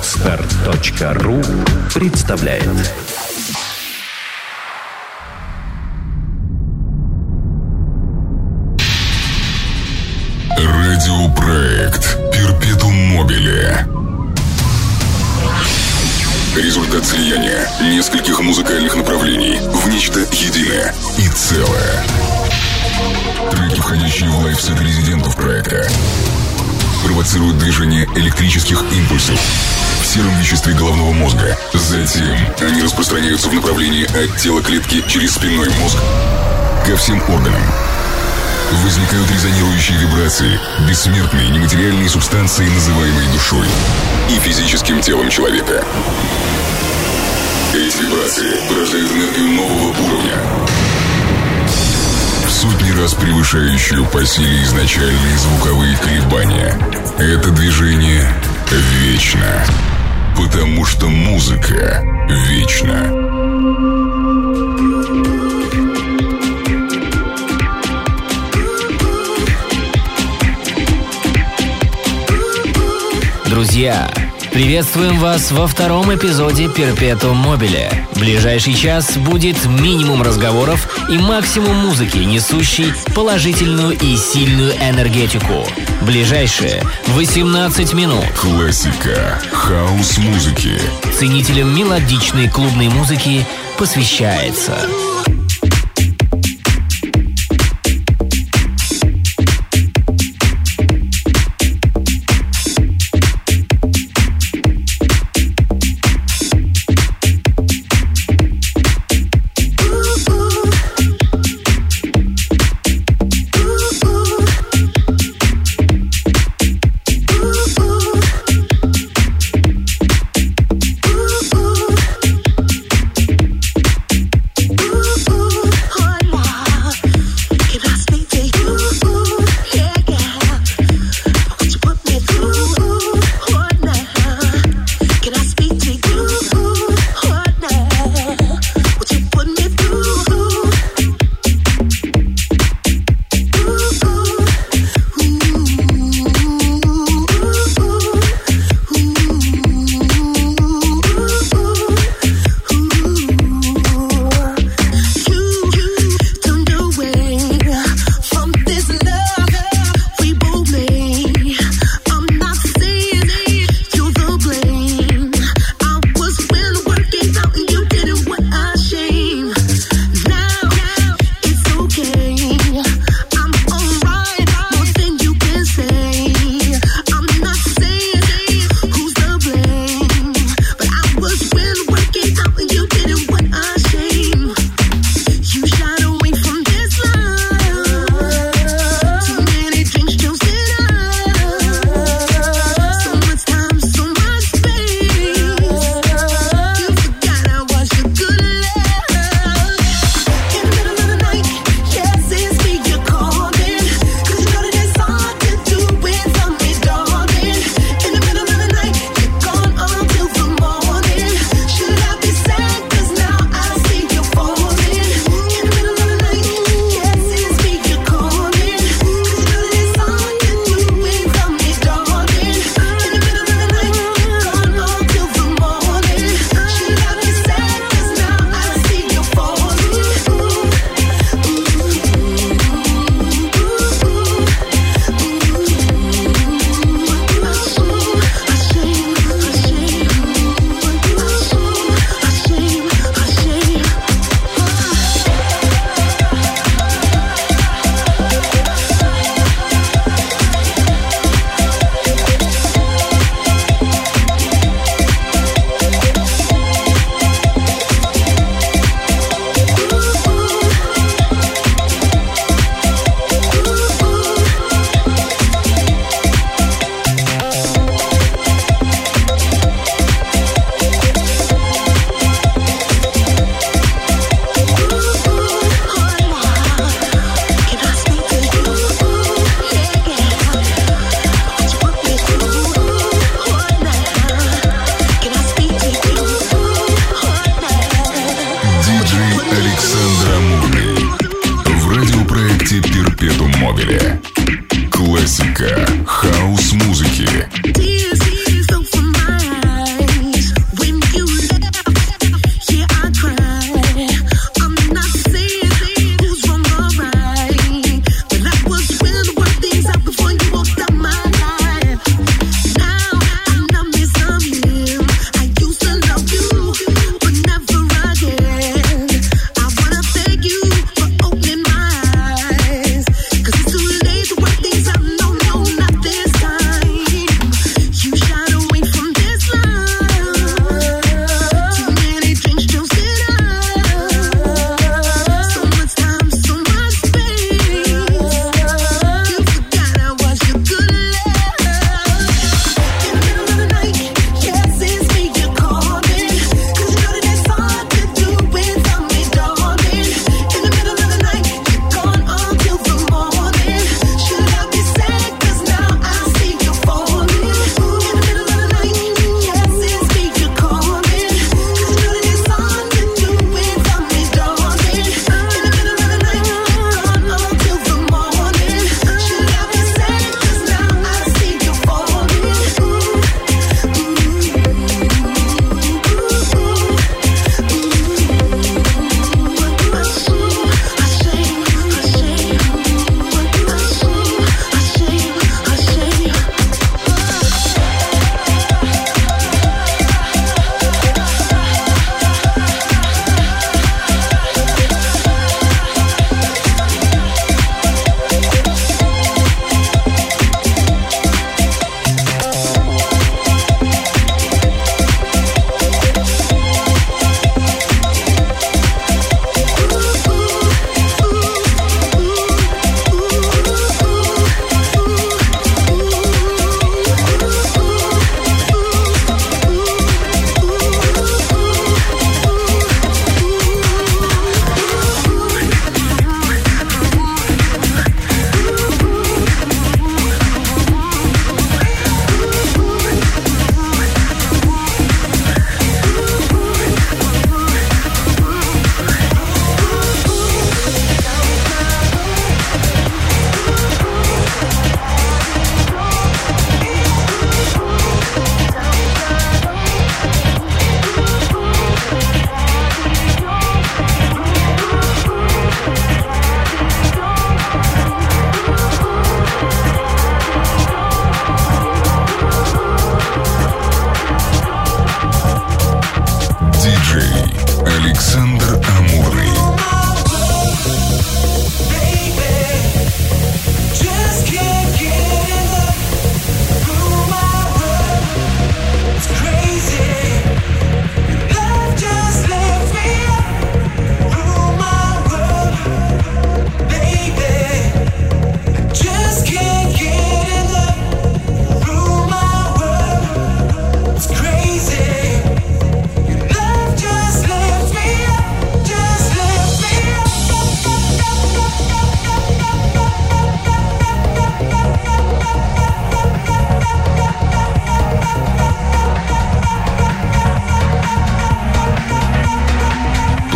Podster.ru представляет. Радиопроект Перпетум Мобиле. Результат слияния нескольких музыкальных направлений в нечто единое и целое. Треки, входящие в лайфсет резидентов проекта, провоцируют движение электрических импульсов в сером веществе головного мозга. Затем они распространяются в направлении от тела клетки через спинной мозг ко всем органам. Возникают резонирующие вибрации бессмертной нематериальной субстанции, называемой душой, и физическим телом человека. Эти вибрации порождают энергию нового уровня, в сотни раз превышающую по силе изначальные звуковые колебания. Это движение вечно, потому что музыка вечна. Друзья, приветствуем вас во втором эпизоде Перпетум Мобиле. В ближайший час будет минимум разговоров и максимум музыки, несущей положительную и сильную энергетику. Ближайшие 18 минут. Классика хаус-музыки. Ценителям мелодичной клубной музыки посвящается. Классика хаус-музыки.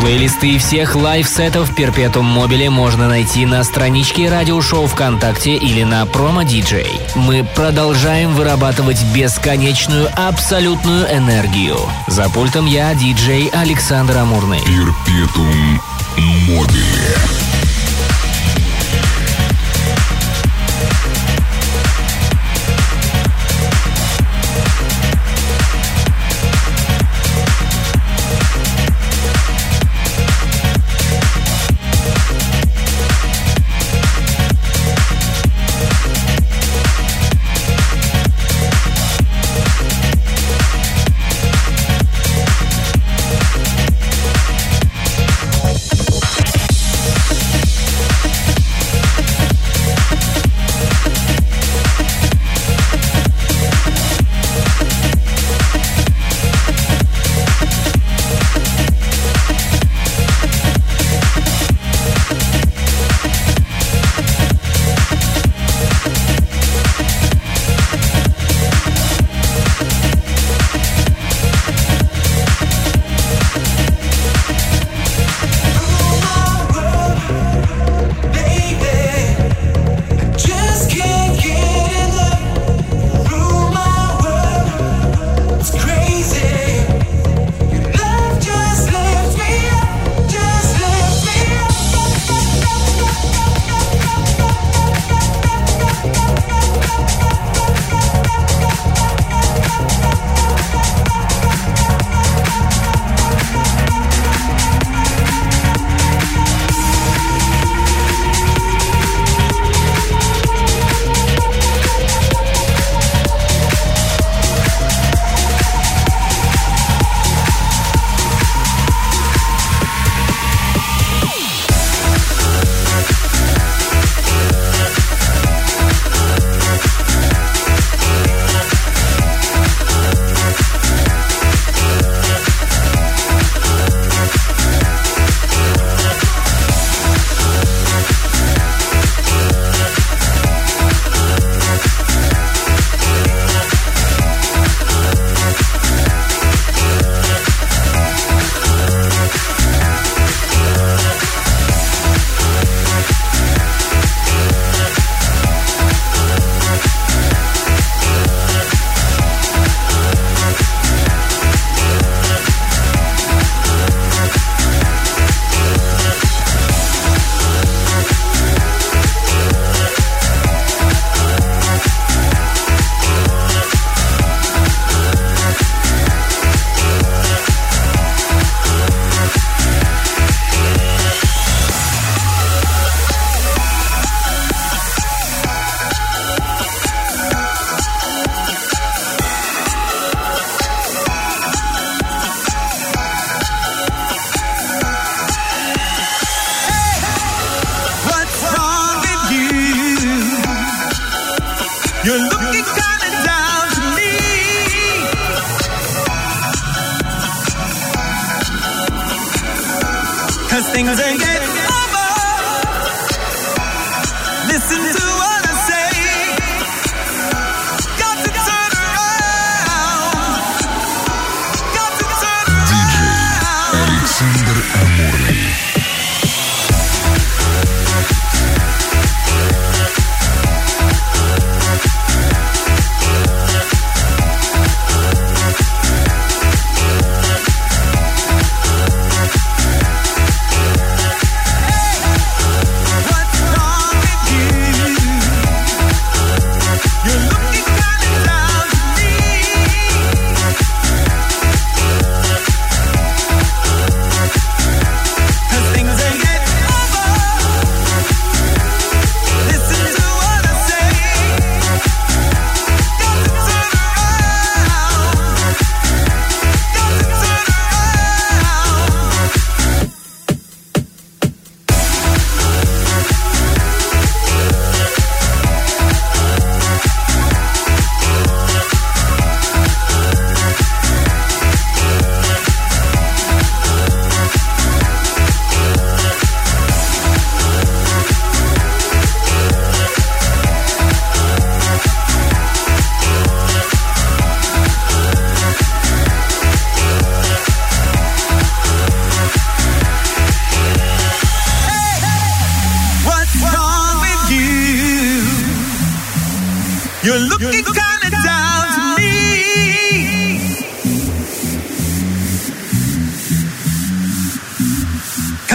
Плейлисты всех лайв-сетов Perpetuum Mobile можно найти на страничке радиошоу ВКонтакте или на промо-диджей. Мы продолжаем вырабатывать бесконечную абсолютную энергию. За пультом я, диджей Александр Амурный. Perpetuum Mobile.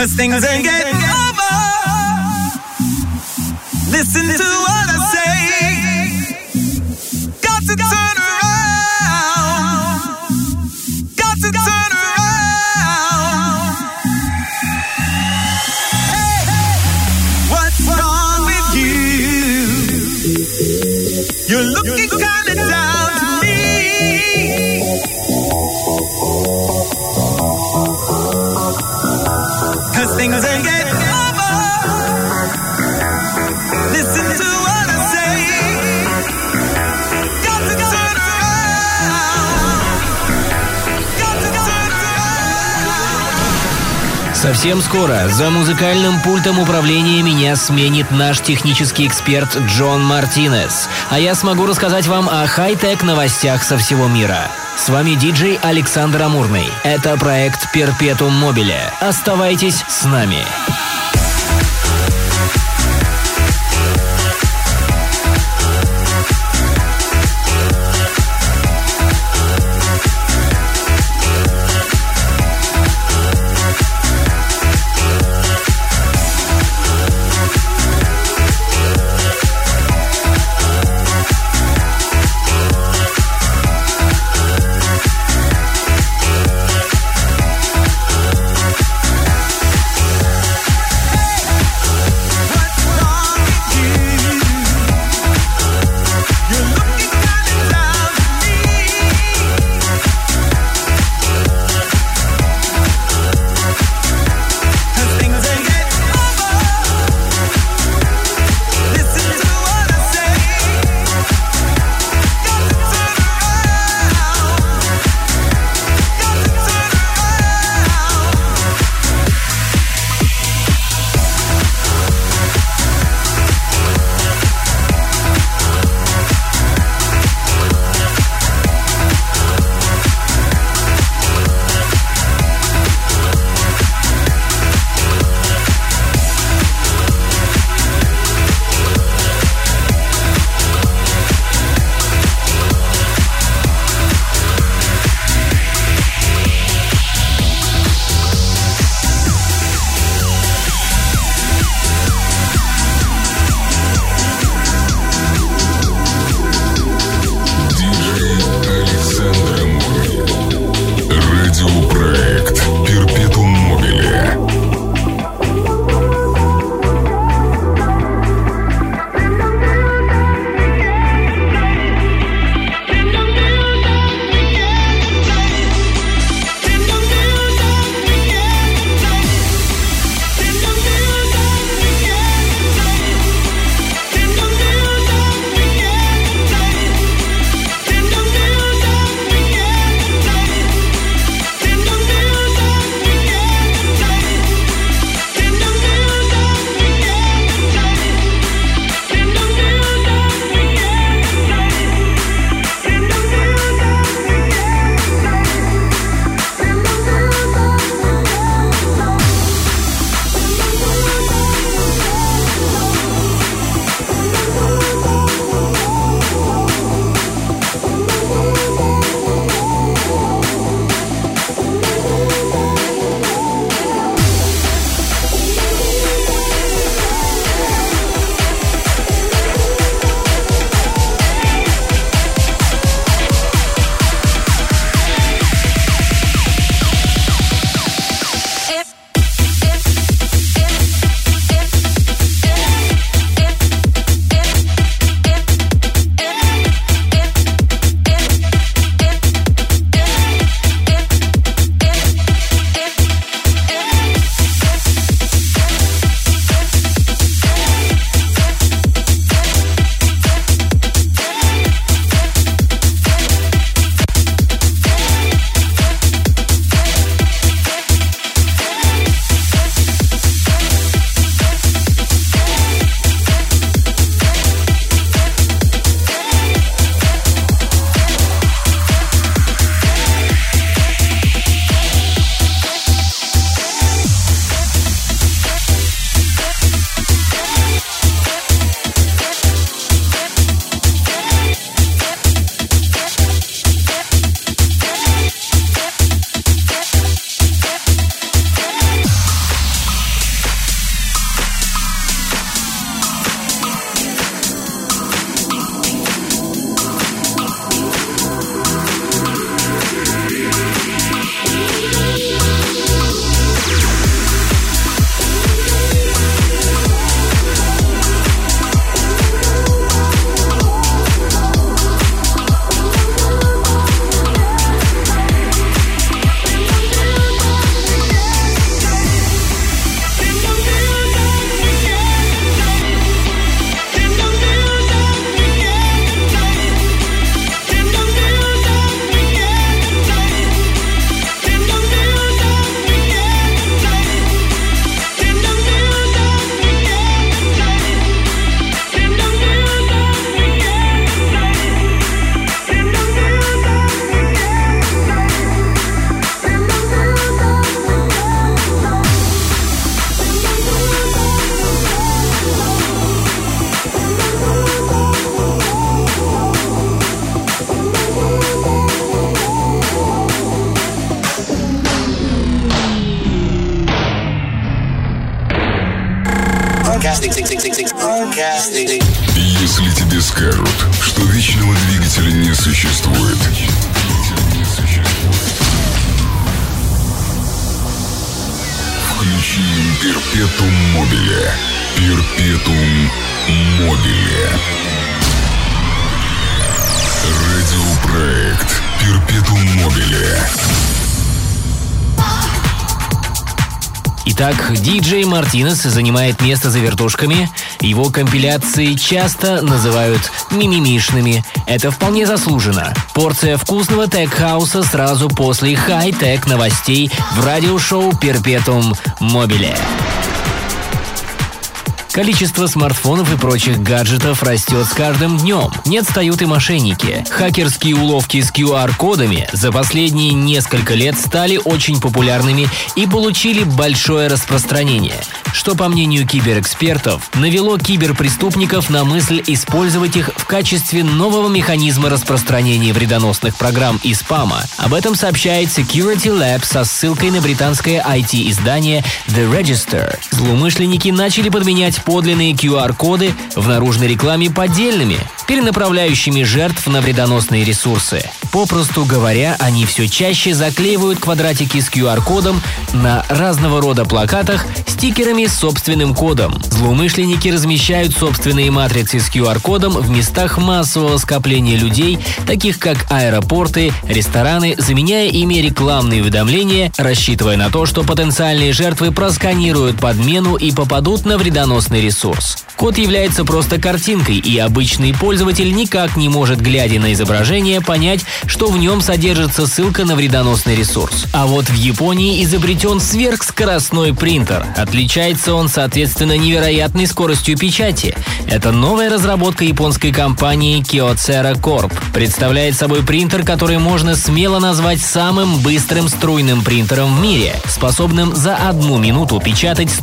'cause things ain't getting over. Listen to what I say. Got to turn around. Got to turn around. Hey, what's wrong with you? You're looking kinda down to me. Cause things ain't getting over. Listen to what I say. Got to turn around. Got to turn around. Совсем скоро за музыкальным пультом управления меня сменит наш технический эксперт Джон Мартинес, а я смогу рассказать вам о хай-тек новостях со всего мира. С вами диджей Александр Амурный. Это проект Perpetuum Mobile. Оставайтесь с нами. Если тебе скажут, что вечного двигателя не существует, включи Перпетум Мобиле. Перпетум Мобиле. Радиопроект Перпетум Мобиле. Итак, диджей Мартинес занимает место за вертушками. Его компиляции часто называют мимимишными. Это вполне заслуженно. Порция вкусного тег-хауса сразу после хай-тег новостей в радиошоу Перпетум Мобиле. Количество смартфонов и прочих гаджетов растет с каждым днем. Не отстают и мошенники. Хакерские уловки с QR-кодами за последние несколько лет стали очень популярными и получили большое распространение, что, по мнению киберэкспертов, навело киберпреступников на мысль использовать их в качестве нового механизма распространения вредоносных программ и спама. Об этом сообщает Security Lab со ссылкой на британское IT-издание The Register. Злоумышленники начали подменять подлинные QR-коды в наружной рекламе поддельными, перенаправляющими жертв на вредоносные ресурсы. Попросту говоря, они все чаще заклеивают квадратики с QR-кодом на разного рода плакатах стикерами с собственным кодом. Злоумышленники размещают собственные матрицы с QR-кодом в местах массового скопления людей, таких как аэропорты, рестораны, заменяя ими рекламные уведомления, рассчитывая на то, что потенциальные жертвы просканируют подмену и попадут на вредоносный ресурс. Код является просто картинкой, и обычный пользователь никак не может, глядя на изображение, понять, что в нем содержится ссылка на вредоносный ресурс. А вот в Японии изобретен сверхскоростной принтер. Отличается он, соответственно, невероятной скоростью печати. Это новая разработка японской компании Kyocera Corp. Представляет собой принтер, который можно смело назвать самым быстрым струйным принтером в мире, способным за 1 минуту печатать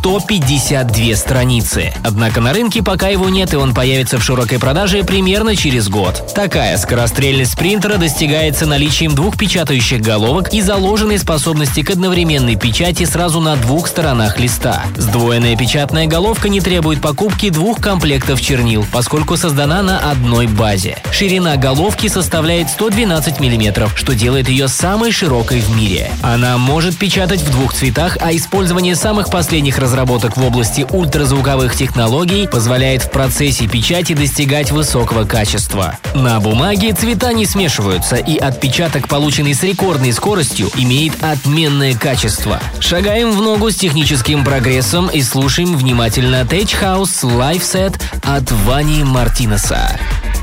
152 страницы. Однако на рынке пока его нет, и он появится в широкой продаже примерно через год. Такая скорострельность принтера достигается наличием 2 печатающих головок и заложенной способности к одновременной печати сразу на 2 сторонах листа. Сдвоенная печатная головка не требует покупки 2 комплектов чернил, поскольку создана на одной базе. Ширина головки составляет 112 мм, что делает ее самой широкой в мире. Она может печатать в 2 цветах, а использование самых последних разработок в области ультразвуковых технологий позволяет в процессе печати достигать высокого качества. На бумаге цвета не смешиваются, и отпечаток, полученный с рекордной скоростью, имеет отменное качество. Шагаем в ногу с техническим прогрессом и слушаем внимательно Tech House Live Set от Вани Мартинеса.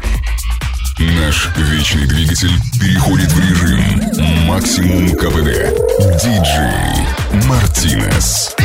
Наш вечный двигатель переходит в режим максимум КПД. Диджей Мартинес.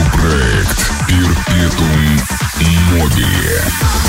Проект Перпетум Мобиле.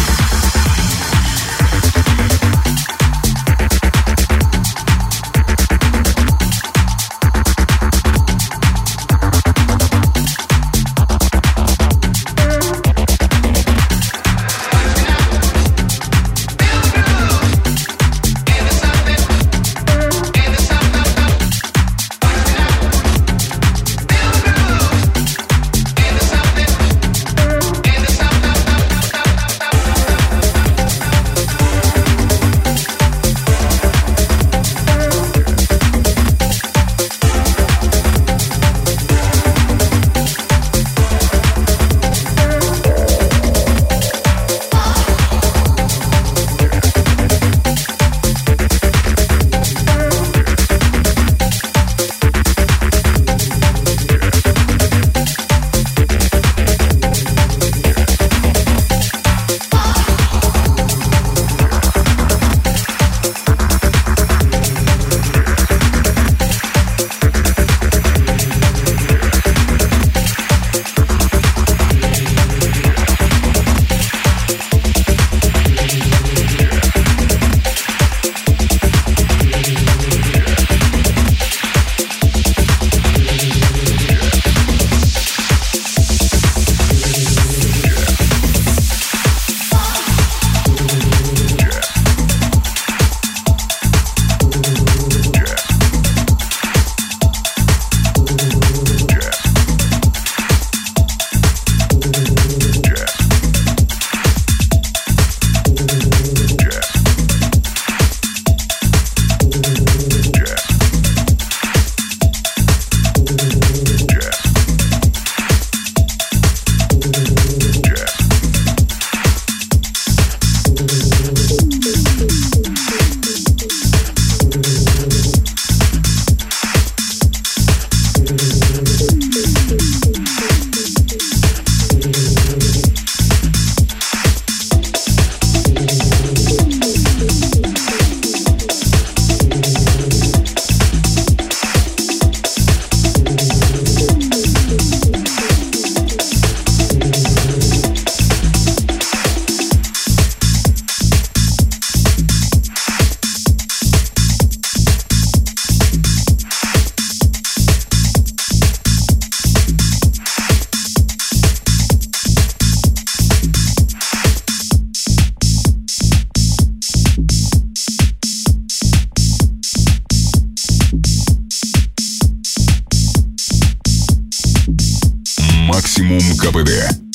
Максимум КПД.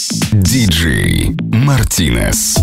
Диджей Мартинес.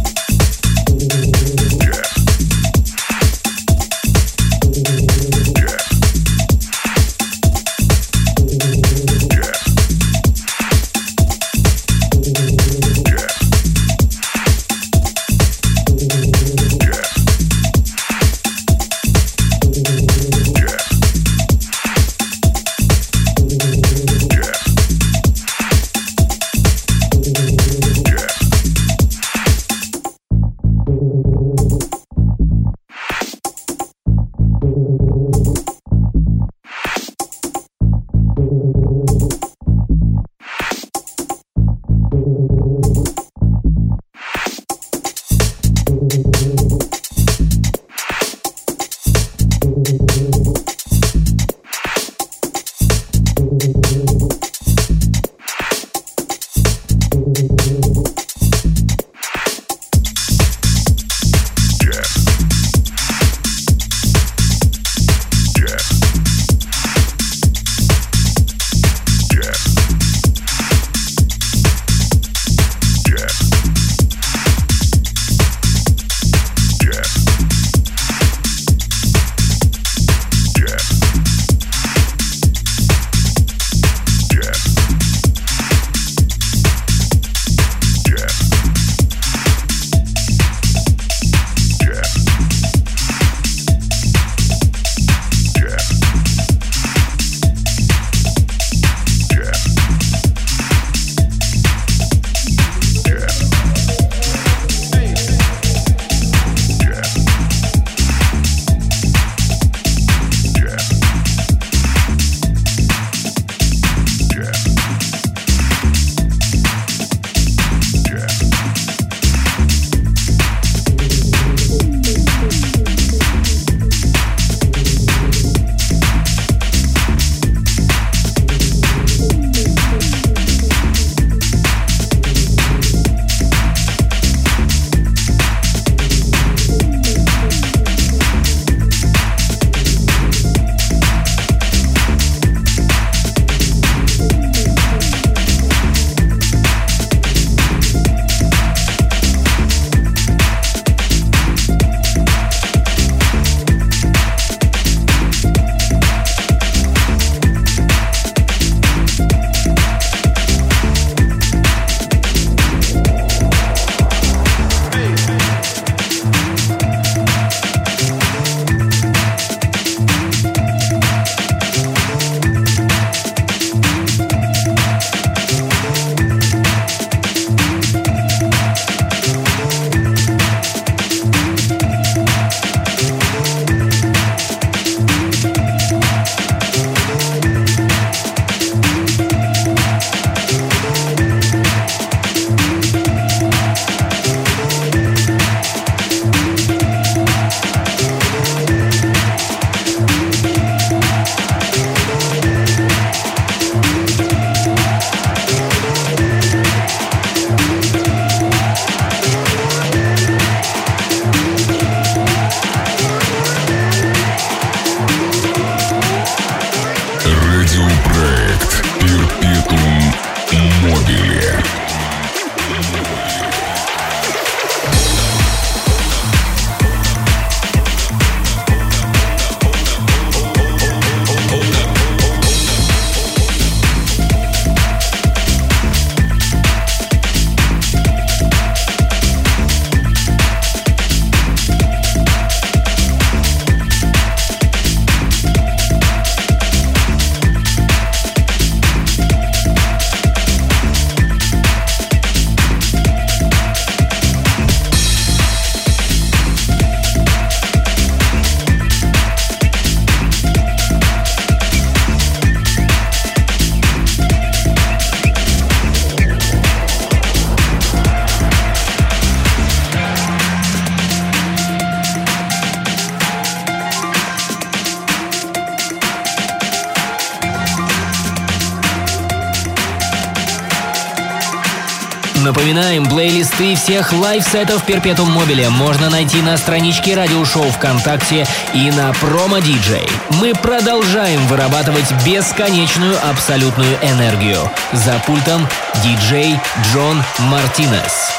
Напоминаем, плейлисты всех лайв-сетов Perpetuum Mobile можно найти на страничке радиошоу ВКонтакте и на промо-диджей. Мы продолжаем вырабатывать бесконечную абсолютную энергию. За пультом диджей Джон Мартинес.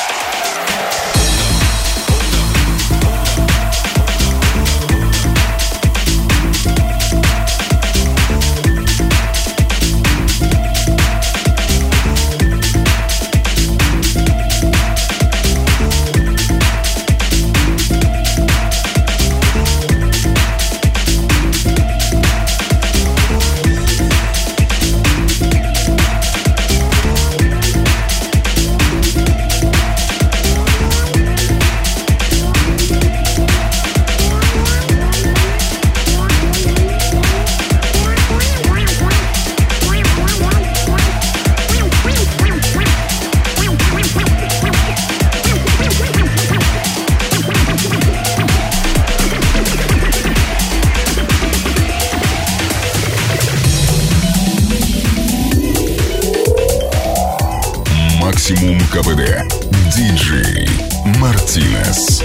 Максимум КПД. Диджей Мартинес.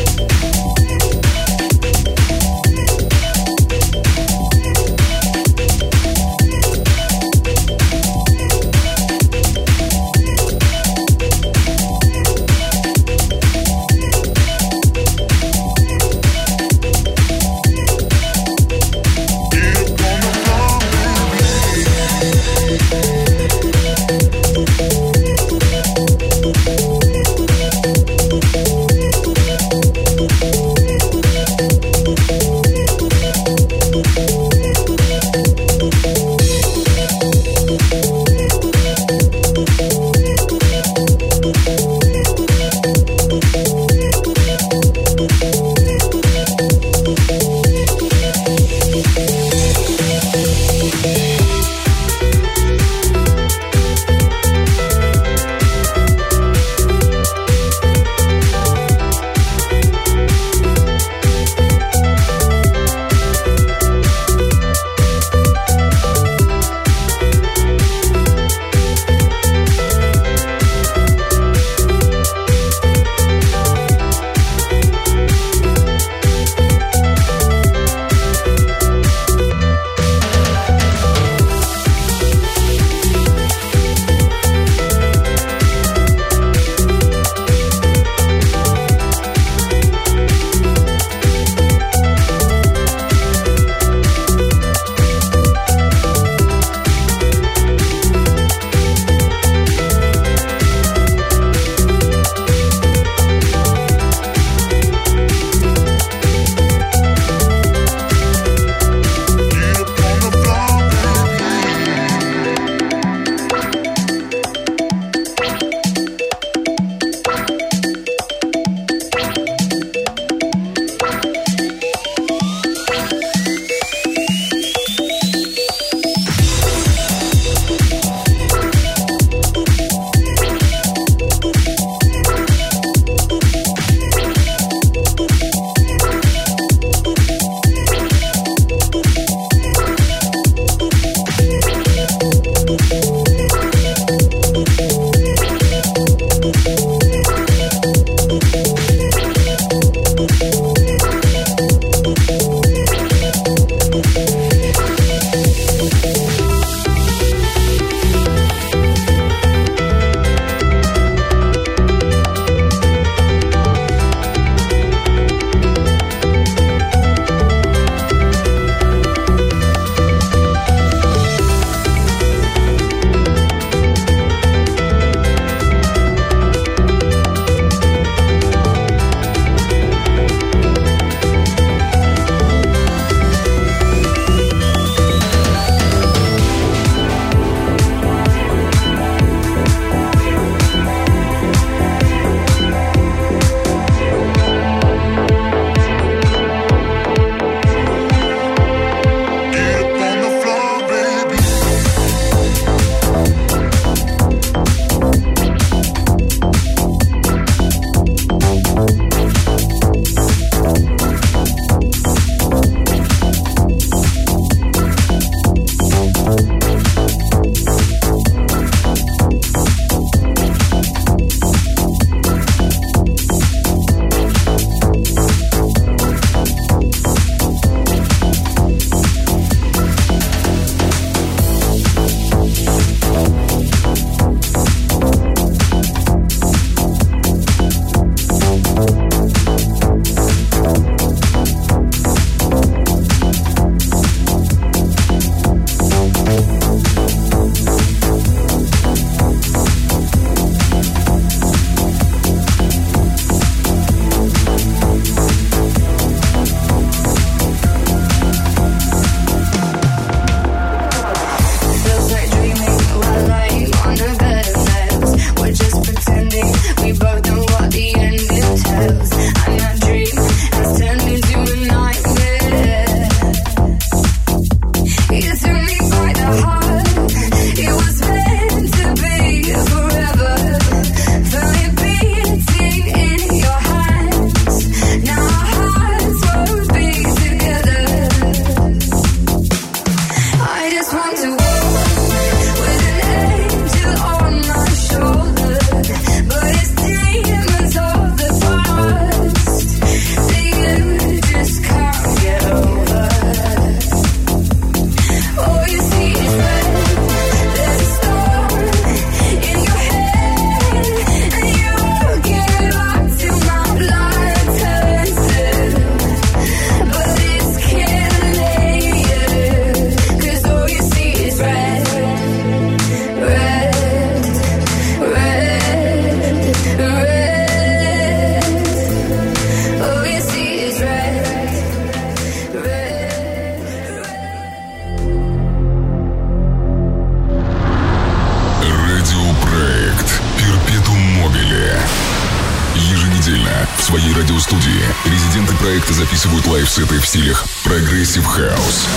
Mobile. Еженедельно в своей радиостудии резиденты проекта записывают лайв-сеты в стилях прогрессив хаус,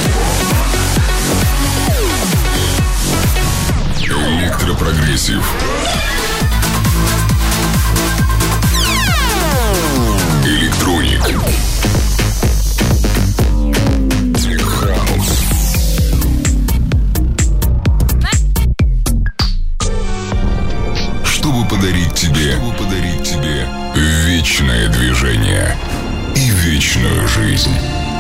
электропрогрессив, электроник, теххаус. Чтобы подарить тебе вечное движение и вечную жизнь.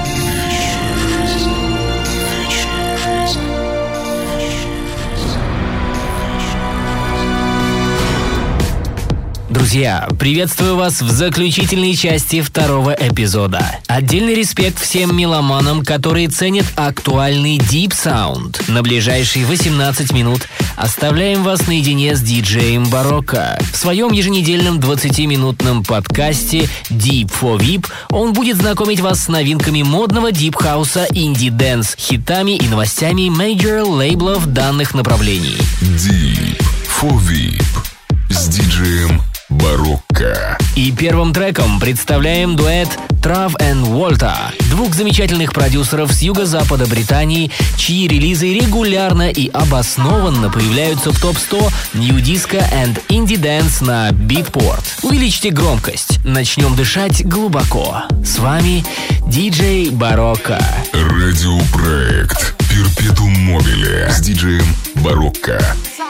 Друзья, приветствую вас в заключительной части второго эпизода. Отдельный респект всем меломанам, которые ценят актуальный Deep Sound. На ближайшие 18 минут оставляем вас наедине с диджеем Барокко. В своем еженедельном 20-минутном подкасте Deep for VIP он будет знакомить вас с новинками модного дип-хауса, инди-дэнс, хитами и новостями мейджор-лейблов данных направлений. Deep for VIP с диджеем Барокко. И первым треком представляем дуэт Trav and Volta, двух замечательных продюсеров с юго-запада Британии, чьи релизы регулярно и обоснованно появляются в топ-100 New Disco and Indie Dance на Beatport. Увеличьте громкость, начнем дышать глубоко. С вами диджей Барокко. Радиопроект Perpetuum Mobile с диджеем Барокко.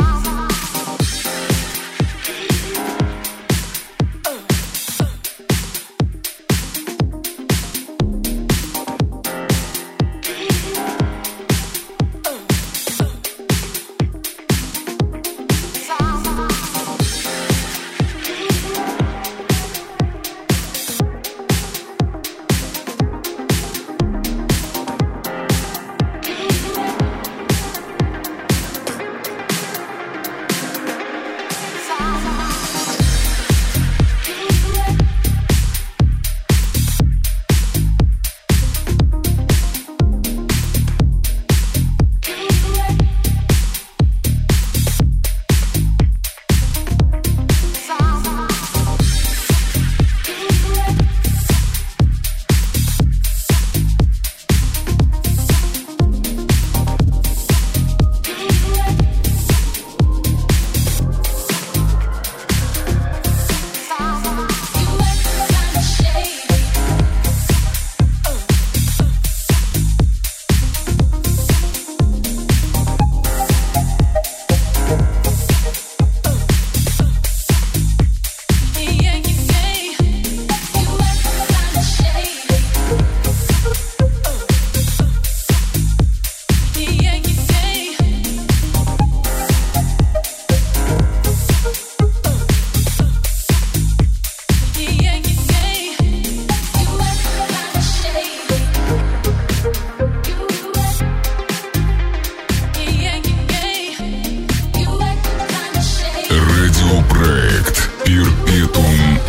Радиопроект Perpetuum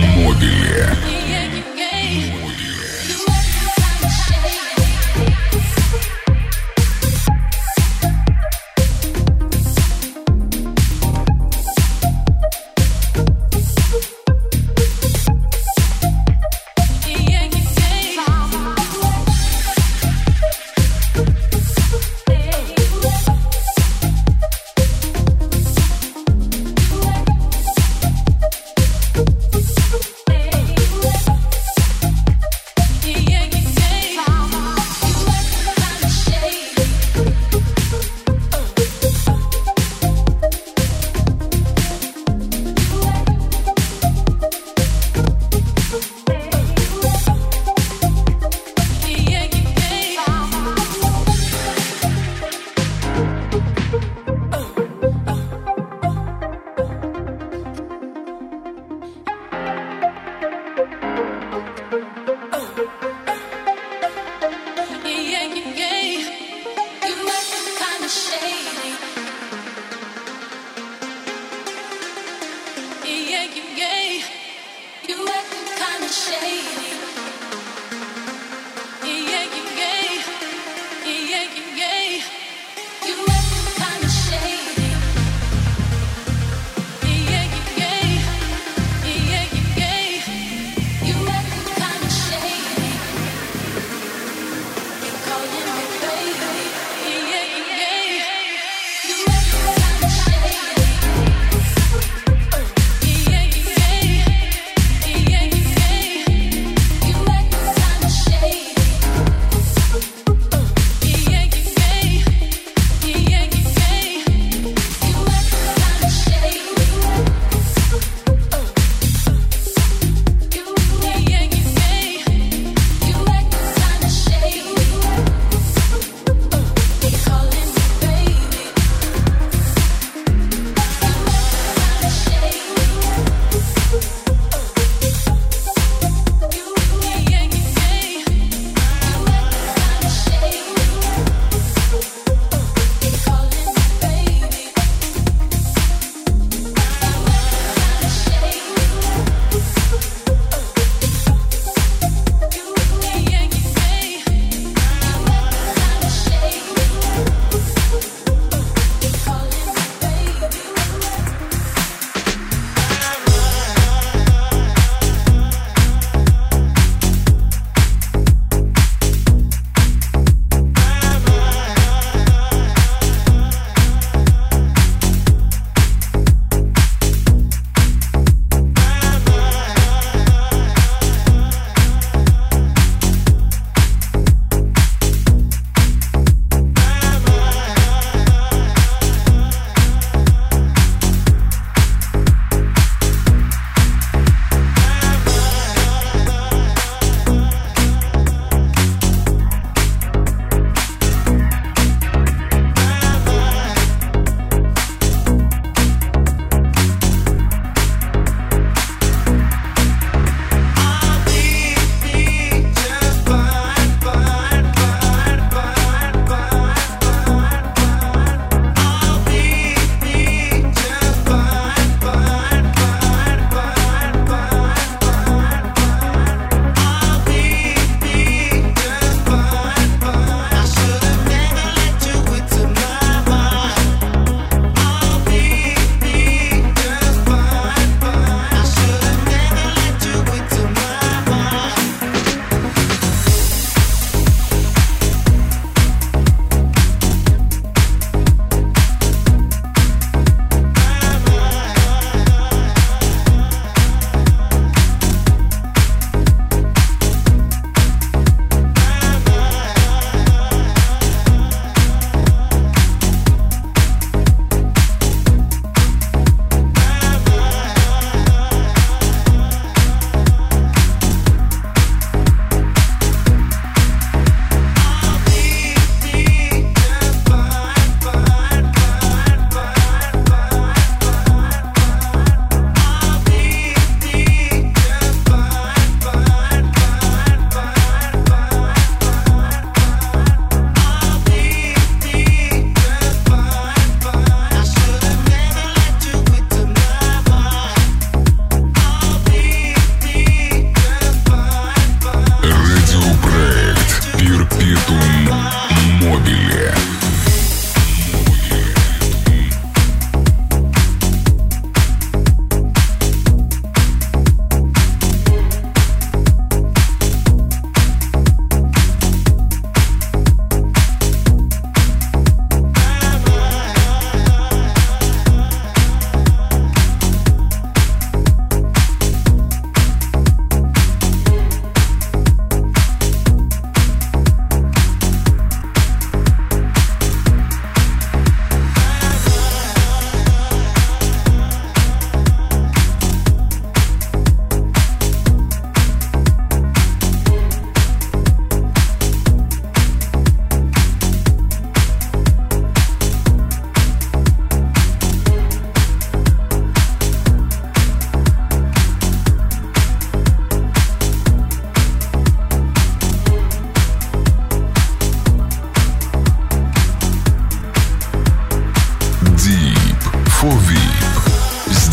Mobile. You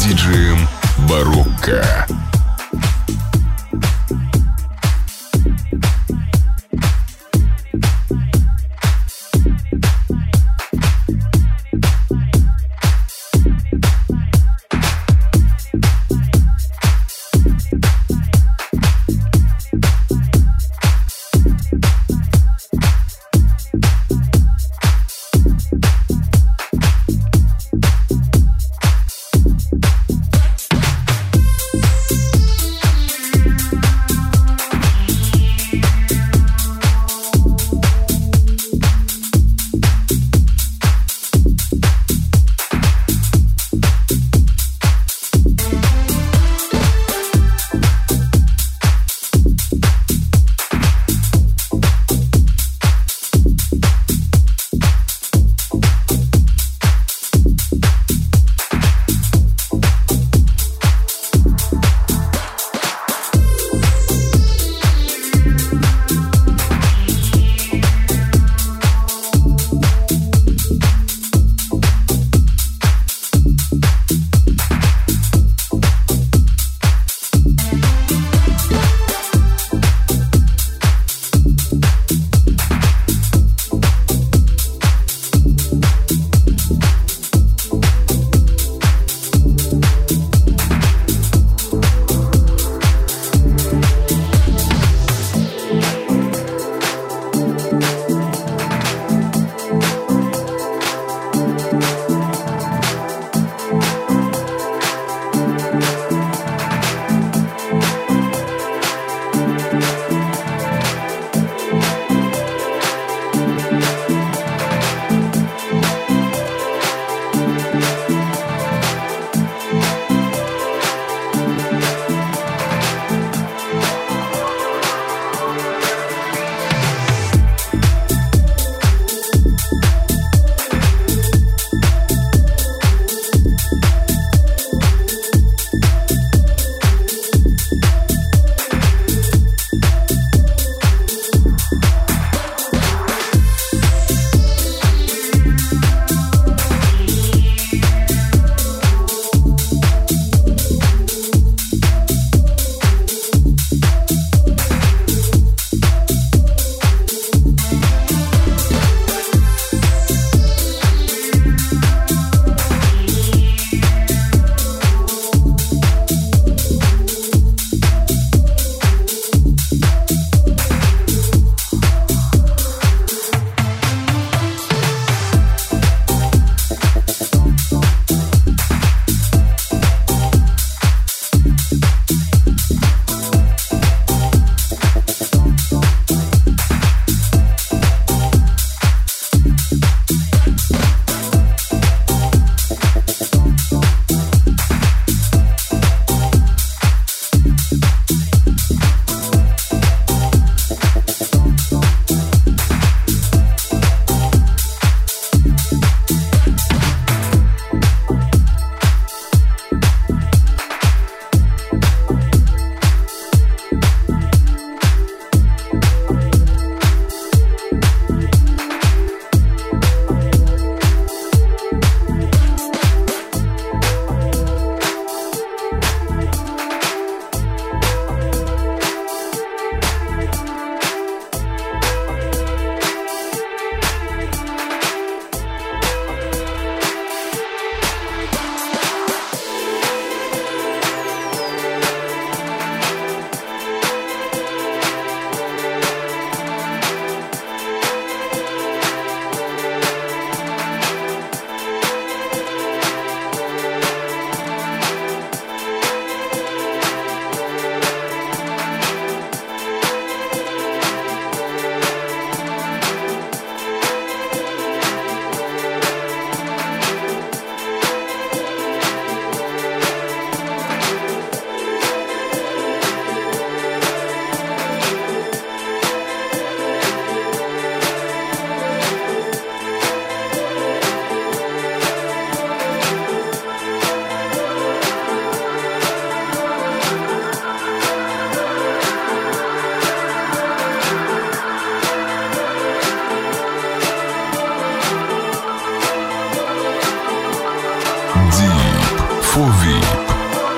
диджеем Барокко.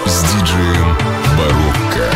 с диджеем Барокко.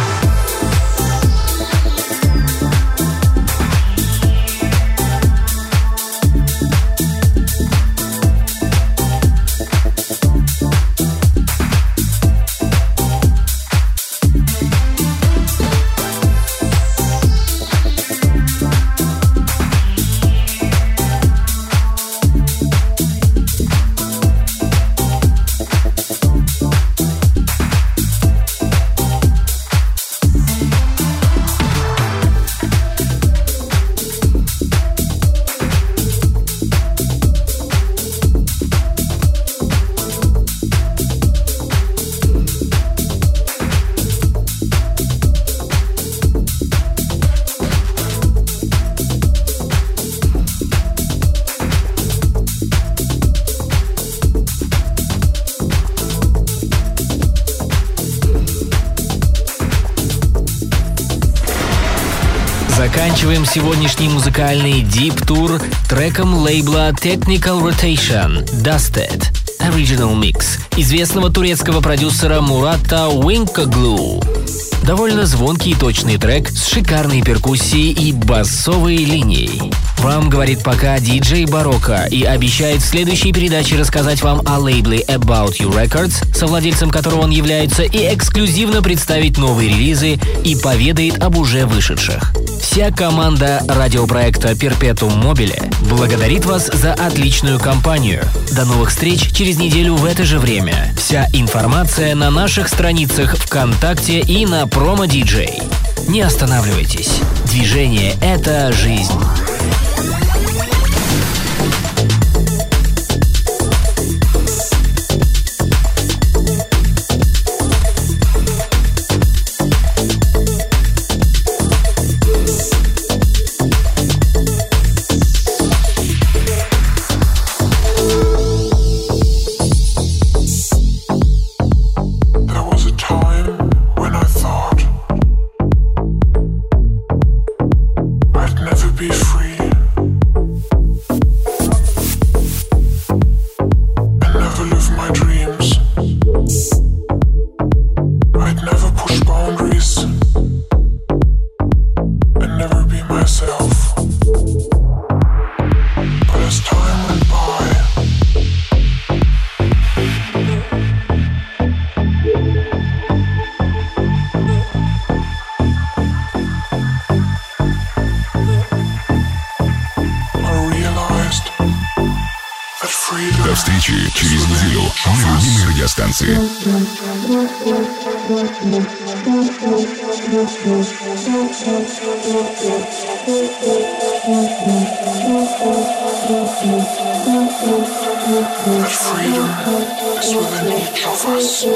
Заканчиваем сегодняшний музыкальный дип-тур треком лейбла Technical Rotation Dusted Original Mix известного турецкого продюсера Мурата Уинкоглу. Довольно звонкий и точный трек с шикарной перкуссией и басовой линией. Вам говорит пока диджей Барокко и обещает в следующей передаче рассказать вам о лейбле About You Records, совладельцем которого он является, и эксклюзивно представить новые релизы и поведает об уже вышедших. Вся команда радиопроекта Perpetuum Mobile благодарит вас за отличную компанию. До новых встреч через неделю в это же время. Вся информация на наших страницах ВКонтакте и на промо-диджей. Не останавливайтесь. Движение — это жизнь. До встречи через неделю на любимой радиостанции. Freedom is within each of us.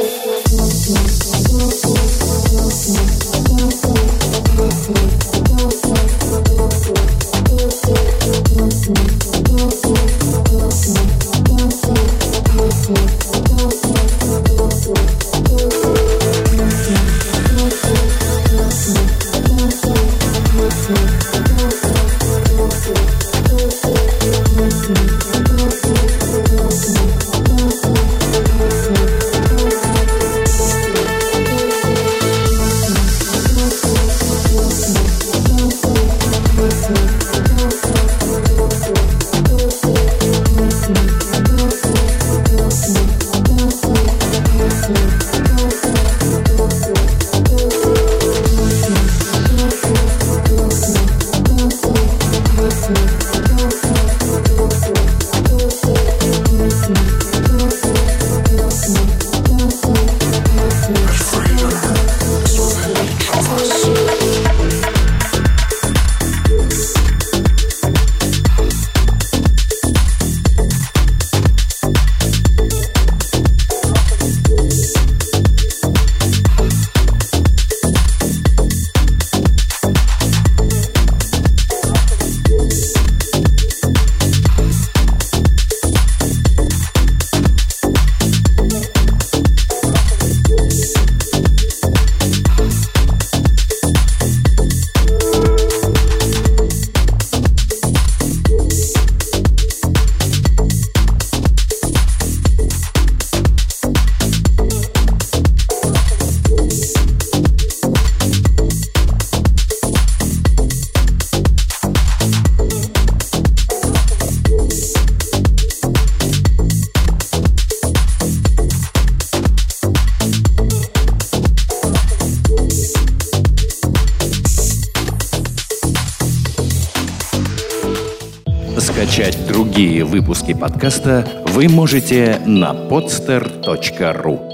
Скачать другие выпуски подкаста вы можете на podster.ru.